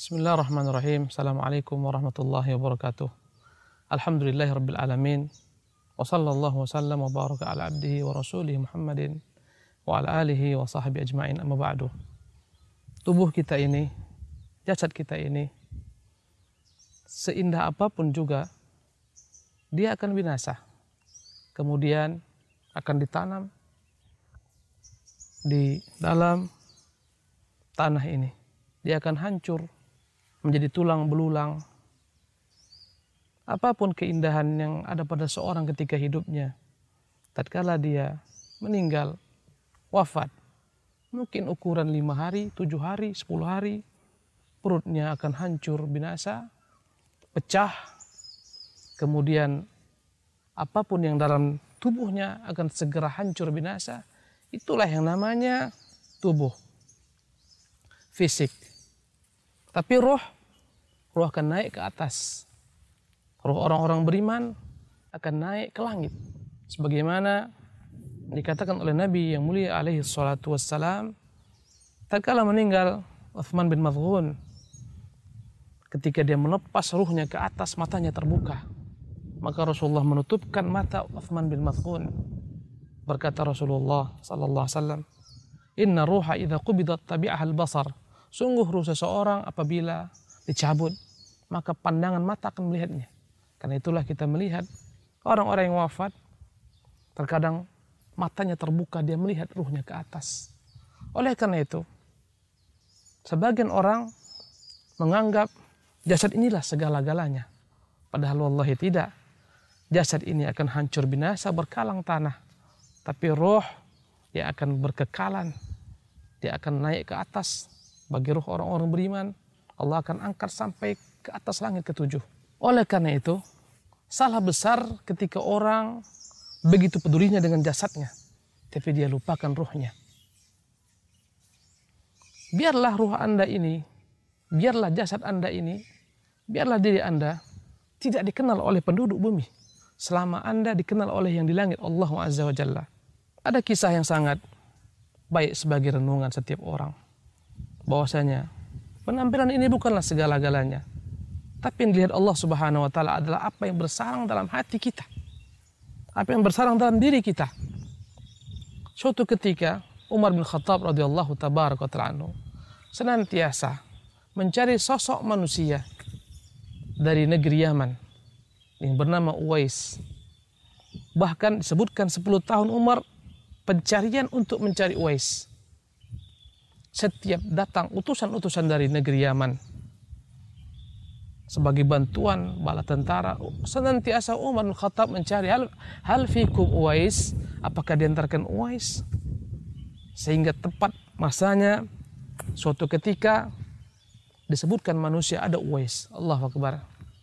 Bismillahirrahmanirrahim. Assalamualaikum warahmatullahi wabarakatuh. Alhamdulillahirabbil alamin. Wa sallallahu wasallam wa baraka ala abdihi wa rasulih Muhammadin wa ala alihi wa sahbihi ajmain, amma ba'du. Tubuh kita ini, jasad kita ini, seindah apapun juga dia akan binasa. Kemudian akan ditanam di dalam tanah ini. Dia akan hancur menjadi tulang belulang. Apapun keindahan yang ada pada seorang ketika hidupnya, tatkala dia meninggal, wafat, mungkin ukuran 5 hari, 7 hari, 10 hari, perutnya akan hancur binasa, pecah. Kemudian apapun yang dalam tubuhnya akan segera hancur binasa. Itulah yang namanya tubuh fisik. Tapi roh akan naik ke atas. Roh orang-orang beriman akan naik ke langit. Sebagaimana dikatakan oleh Nabi yang mulia alaihi salatu wassalam, tatkala meninggal Uthman bin Maz'un, ketika dia melepas ruhnya ke atas, matanya terbuka. Maka Rasulullah menutupkan mata Uthman bin Maz'un. Berkata Rasulullah sallallahu alaihi wasallam, "Inna ruha idza qubidat tabi'aha al-basar." Sungguh ruh seseorang apabila dicabut, maka pandangan mata akan melihatnya. Karena itulah kita melihat orang-orang yang wafat, terkadang matanya terbuka, dia melihat ruhnya ke atas. Oleh karena itu, sebagian orang menganggap jasad inilah segala-galanya. Padahal wallahi tidak. Jasad ini akan hancur binasa, berkalang tanah. Tapi roh, dia akan berkekalan. Dia akan naik ke atas. Bagi ruh orang-orang beriman, Allah akan angkat sampai ke atas langit ke-7. Oleh karena itu, salah besar ketika orang begitu pedulinya dengan jasadnya, tapi dia lupakan ruhnya. Biarlah ruh Anda ini, biarlah jasad Anda ini, biarlah diri Anda tidak dikenal oleh penduduk bumi, selama Anda dikenal oleh yang di langit, Allah Azza wa Jalla. Ada kisah yang sangat baik sebagai renungan setiap orang, bahwasanya penampilan ini bukanlah segala-galanya, tapi yang dilihat Allah Subhanahu wa taala adalah apa yang bersarang dalam hati kita, apa yang bersarang dalam diri kita. Suatu ketika Umar bin Khattab radhiyallahu tabaraka ta'ala anhu senantiasa mencari sosok manusia dari negeri Yaman yang bernama Uwais. Bahkan disebutkan 10 tahun Umar pencarian untuk mencari Uwais. Setiap datang utusan-utusan dari negeri Yaman sebagai bantuan bala tentara, senantiasa Umar bin Khattab mencari hal fikum Uwais, apakah diantarkan Uwais? Sehingga tepat masanya suatu ketika disebutkan manusia ada Uwais. Allahu Akbar.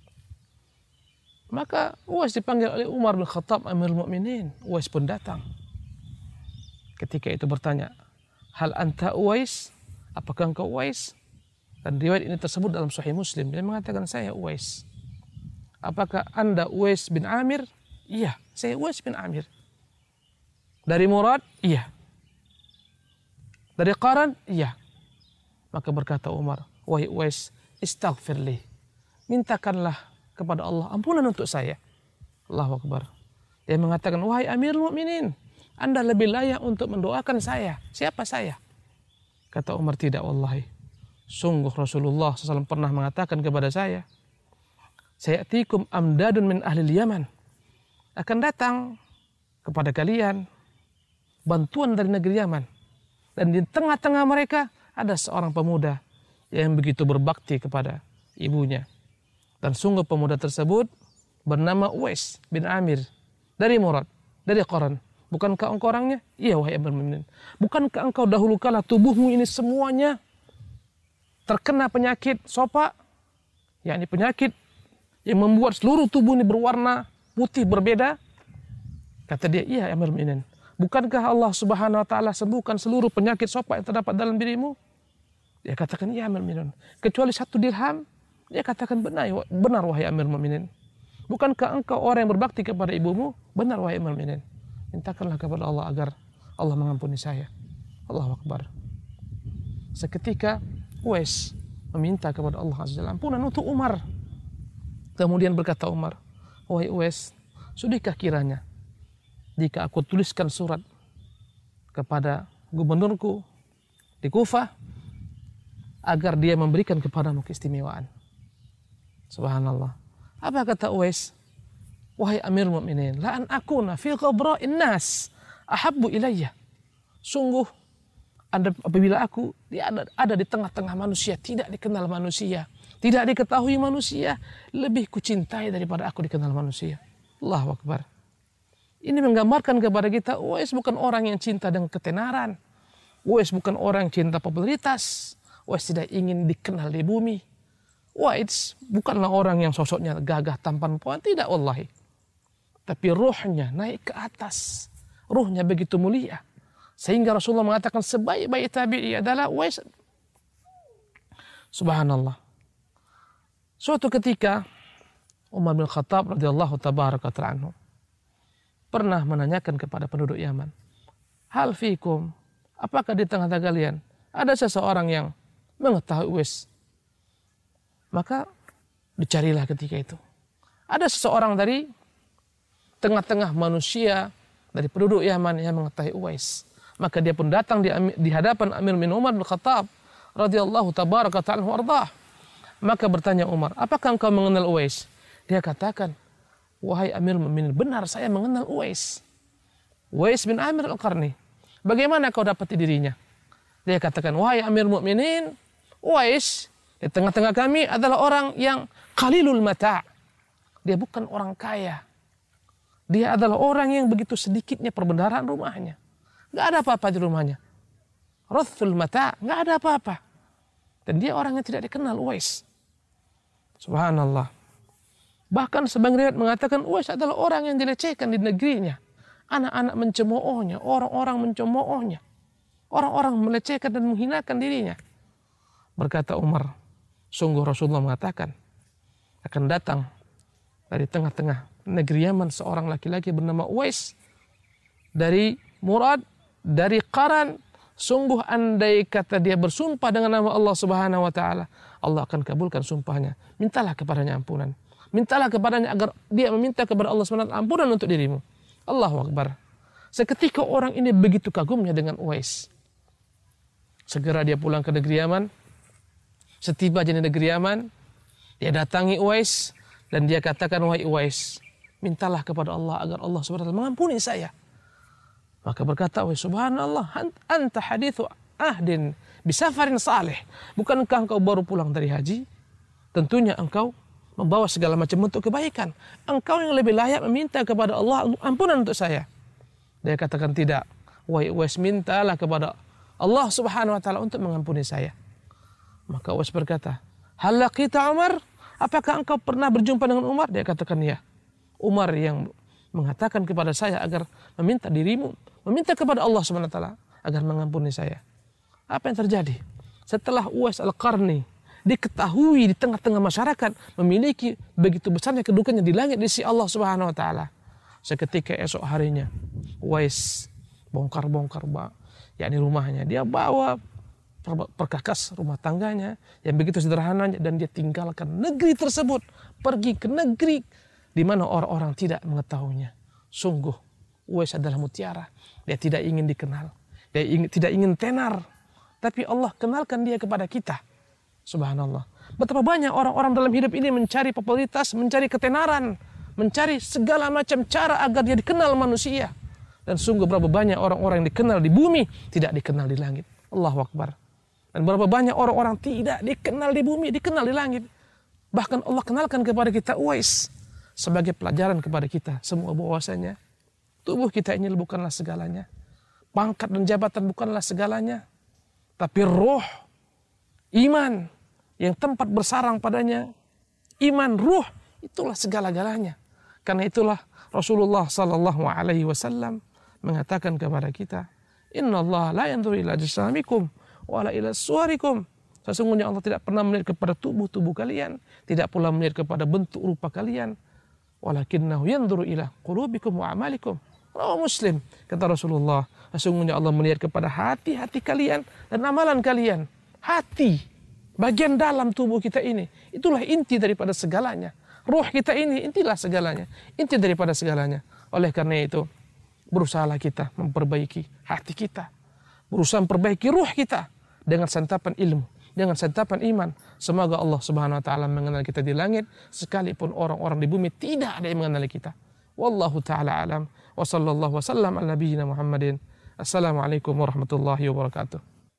Maka Uwais dipanggil oleh Umar bin Khattab, Amirul Mukminin. Uwais pun datang. Ketika itu bertanya, "Hal anta Uwais? Apakah engkau Uwais?" Dan riwayat ini tersebut dalam Sahih Muslim. Dia mengatakan, "Saya Uwais." "Apakah Anda Uwais bin Amir?" "Iya, saya Uwais bin Amir." "Dari Murad?" "Iya." "Dari Qaran?" "Iya." Maka berkata Umar, "Wahai Uwais, istaghfirli. Mintakanlah kepada Allah ampunan untuk saya." Allahu Akbar. Dia mengatakan, "Wahai Amirul Mukminin, Anda lebih layak untuk mendoakan saya." "Siapa saya?" Kata Umar, "Tidak wallahi. Sungguh Rasulullah SAW pernah mengatakan kepada saya, sayatikum amdadun min ahli Yaman. Akan datang kepada kalian bantuan dari negeri Yaman. Dan di tengah-tengah mereka ada seorang pemuda yang begitu berbakti kepada ibunya. Dan sungguh pemuda tersebut bernama Uwais bin Amir dari Murad, dari Qaran. Bukankah engkau orangnya?" "Iya wahai Amirul Mukminin." "Bukankah engkau dahulu kala tubuhmu ini semuanya terkena penyakit sopa, yakni penyakit yang membuat seluruh tubuh ini berwarna putih berbeda?" Kata dia, "Iya Amirul Mukminin." "Bukankah Allah Subhanahu wa taala sembuhkan seluruh penyakit sopa yang terdapat dalam dirimu?" Dia katakan, "Iya Amirul Mukminin." "Kecuali 1 dirham?" Dia katakan, "Benar wahai Amirul Mukminin." "Bukankah engkau orang yang berbakti kepada ibumu?" "Benar wahai Amirul Mukminin." "Mintakanlah kepada Allah agar Allah mengampuni saya." Allahu Akbar. Seketika Uwais meminta kepada Allah Azza wa Jalla ampunan untuk Umar. Kemudian berkata Umar, wahai Uwais, sudahkah kiranya jika aku tuliskan surat kepada gubernurku di Kufah agar dia memberikan kepadamu keistimewaan. Subhanallah. Apa kata Uwais? Wahai Amirul Mukminin, la an akuna fi ghabra'in nas ahabbu ilayya. Sungguh apabila aku ada di tengah-tengah manusia, tidak dikenal manusia, tidak diketahui manusia, lebih kucintai daripada aku dikenal manusia. Allahu Akbar. Ini menggambarkan kepada kita, Uwais bukan orang yang cinta dengan ketenaran. Uwais bukan orang yang cinta popularitas. Uwais tidak ingin dikenal di bumi. Uwais bukanlah orang yang sosoknya gagah tampan puan, tidak wallahi. Tapi ruhnya naik ke atas. Ruhnya begitu mulia. Sehingga Rasulullah mengatakan sebaik-baik tabi'i adalah Uwais. Subhanallah. Suatu ketika Umar bin Khattab radhiyallahu tabaraka ta'ala anhu pernah menanyakan kepada penduduk Yaman, hal fikum, apakah di tengah-tengah kalian ada seseorang yang mengetahui Uwais? Maka dicarilah ketika itu. Ada seseorang dari tengah-tengah manusia dari penduduk Yaman yang mengetahui Uwais. Maka dia pun datang di hadapan Amir bin Umar bin Khattab radhiyallahu tabaraka ta'ala anhu ardah. Maka bertanya Umar, apakah engkau mengenal Uwais? Dia katakan, wahai Amir Mu'minin, benar saya mengenal Uwais. Uwais bin Amir Al-Qarni. Bagaimana kau dapati dirinya? Dia katakan, wahai Amir Mu'minin, Uwais di tengah-tengah kami adalah orang yang qalilul mata'. Dia bukan orang kaya. Dia adalah orang yang begitu sedikitnya perbendaharaan rumahnya. Gak ada apa-apa di rumahnya. Rathul mata', gak ada apa-apa. Dan dia orang yang tidak dikenal Uwais. Subhanallah. Bahkan sebagian riwayat mengatakan Uwais adalah orang yang dilecehkan di negerinya. Anak-anak mencemoohnya, orang-orang mencemoohnya. Orang-orang melecehkan dan menghinakan dirinya. Berkata Umar, sungguh Rasulullah mengatakan akan datang dari tengah-tengah negeri Yaman seorang laki-laki bernama Uwais dari Murad, dari Qaran. Sungguh andai kata dia bersumpah dengan nama Allah Subhanahu wa taala, Allah akan kabulkan sumpahnya. Mintalah kepadanya ampunan. Mintalah kepadanya agar dia meminta kepada Allah Subhanahu wa taala ampunan untuk dirimu. Allahu Akbar. Seketika orang ini begitu kagumnya dengan Uwais. Segera dia pulang ke negeri Yaman. Setiba di negeri Yaman, dia datangi Uwais dan dia katakan, wahai Uwais, mintalah kepada Allah agar Allah Subhanahu wa taala mengampuni saya. Maka berkata Uwais, subhanallah, anta hadithu ahdin bisafarin salih. Bukankah engkau baru pulang dari haji? Tentunya engkau membawa segala macam bentuk kebaikan. Engkau yang lebih layak meminta kepada Allah ampunan untuk saya. Dia katakan tidak. Wahai Uwais, mintalah kepada Allah Subhanahu wa taala untuk mengampuni saya. Maka Uwais berkata, hal laqita Umar? Apakah engkau pernah berjumpa dengan Umar? Dia katakan ya. Umar yang mengatakan kepada saya agar meminta dirimu, meminta kepada Allah Subhanahu wa taala agar mengampuni saya. Apa yang terjadi? Setelah Uwais Al-Qarni diketahui di tengah-tengah masyarakat memiliki begitu besarnya kedudukannya di langit di sisi Allah Subhanahu wa taala. Seketika esok harinya Uwais bongkar-bongkar yakni rumahnya. Dia bawa perkakas rumah tangganya yang begitu sederhananya dan dia tinggalkan negeri tersebut, pergi ke negeri di mana orang-orang tidak mengetahuinya. Sungguh Uwais adalah mutiara. Dia tidak ingin dikenal. Dia tidak ingin tenar. Tapi Allah kenalkan dia kepada kita. Subhanallah. Betapa banyak orang-orang dalam hidup ini mencari popularitas, mencari ketenaran, mencari segala macam cara agar dia dikenal manusia. Dan sungguh berapa banyak orang-orang yang dikenal di bumi, tidak dikenal di langit. Allahu Akbar. Dan berapa banyak orang-orang tidak dikenal di bumi, dikenal di langit. Bahkan Allah kenalkan kepada kita Uwais sebagai pelajaran kepada kita semua bahwasanya tubuh kita ini bukanlah segalanya. Pangkat dan jabatan bukanlah segalanya. Tapi roh, iman yang tempat bersarang padanya, iman, ruh, itulah segala-galanya. Karena itulah Rasulullah sallallahu alaihi wasallam mengatakan kepada kita, "Innallaha la yanzuru ila ajsamikum wa la ila suwarikum." Sesungguhnya Allah tidak pernah melihat kepada tubuh-tubuh kalian, tidak pula melihat kepada bentuk rupa kalian. Walakinnahu yanzuru ila qulubikum wa amalikum. Rawahu Muslim. Kata Rasulullah, sesungguhnya Allah melihat kepada hati-hati kalian dan amalan kalian. Hati bagian dalam tubuh kita ini, itulah inti daripada segalanya. Ruh kita ini intilah segalanya, inti daripada segalanya. Oleh karena itu, berusahalah kita memperbaiki hati kita, berusaha memperbaiki ruh kita dengan santapan ilmu, dengan santapan iman. Semoga Allah Subhanahu wa taala mengenal kita di langit, sekalipun orang-orang di bumi tidak ada yang mengenali kita. Wallahu taala alam wa sallallahu wasallam ala nabiyyina Muhammadin. Assalamualaikum warahmatullahi wabarakatuh.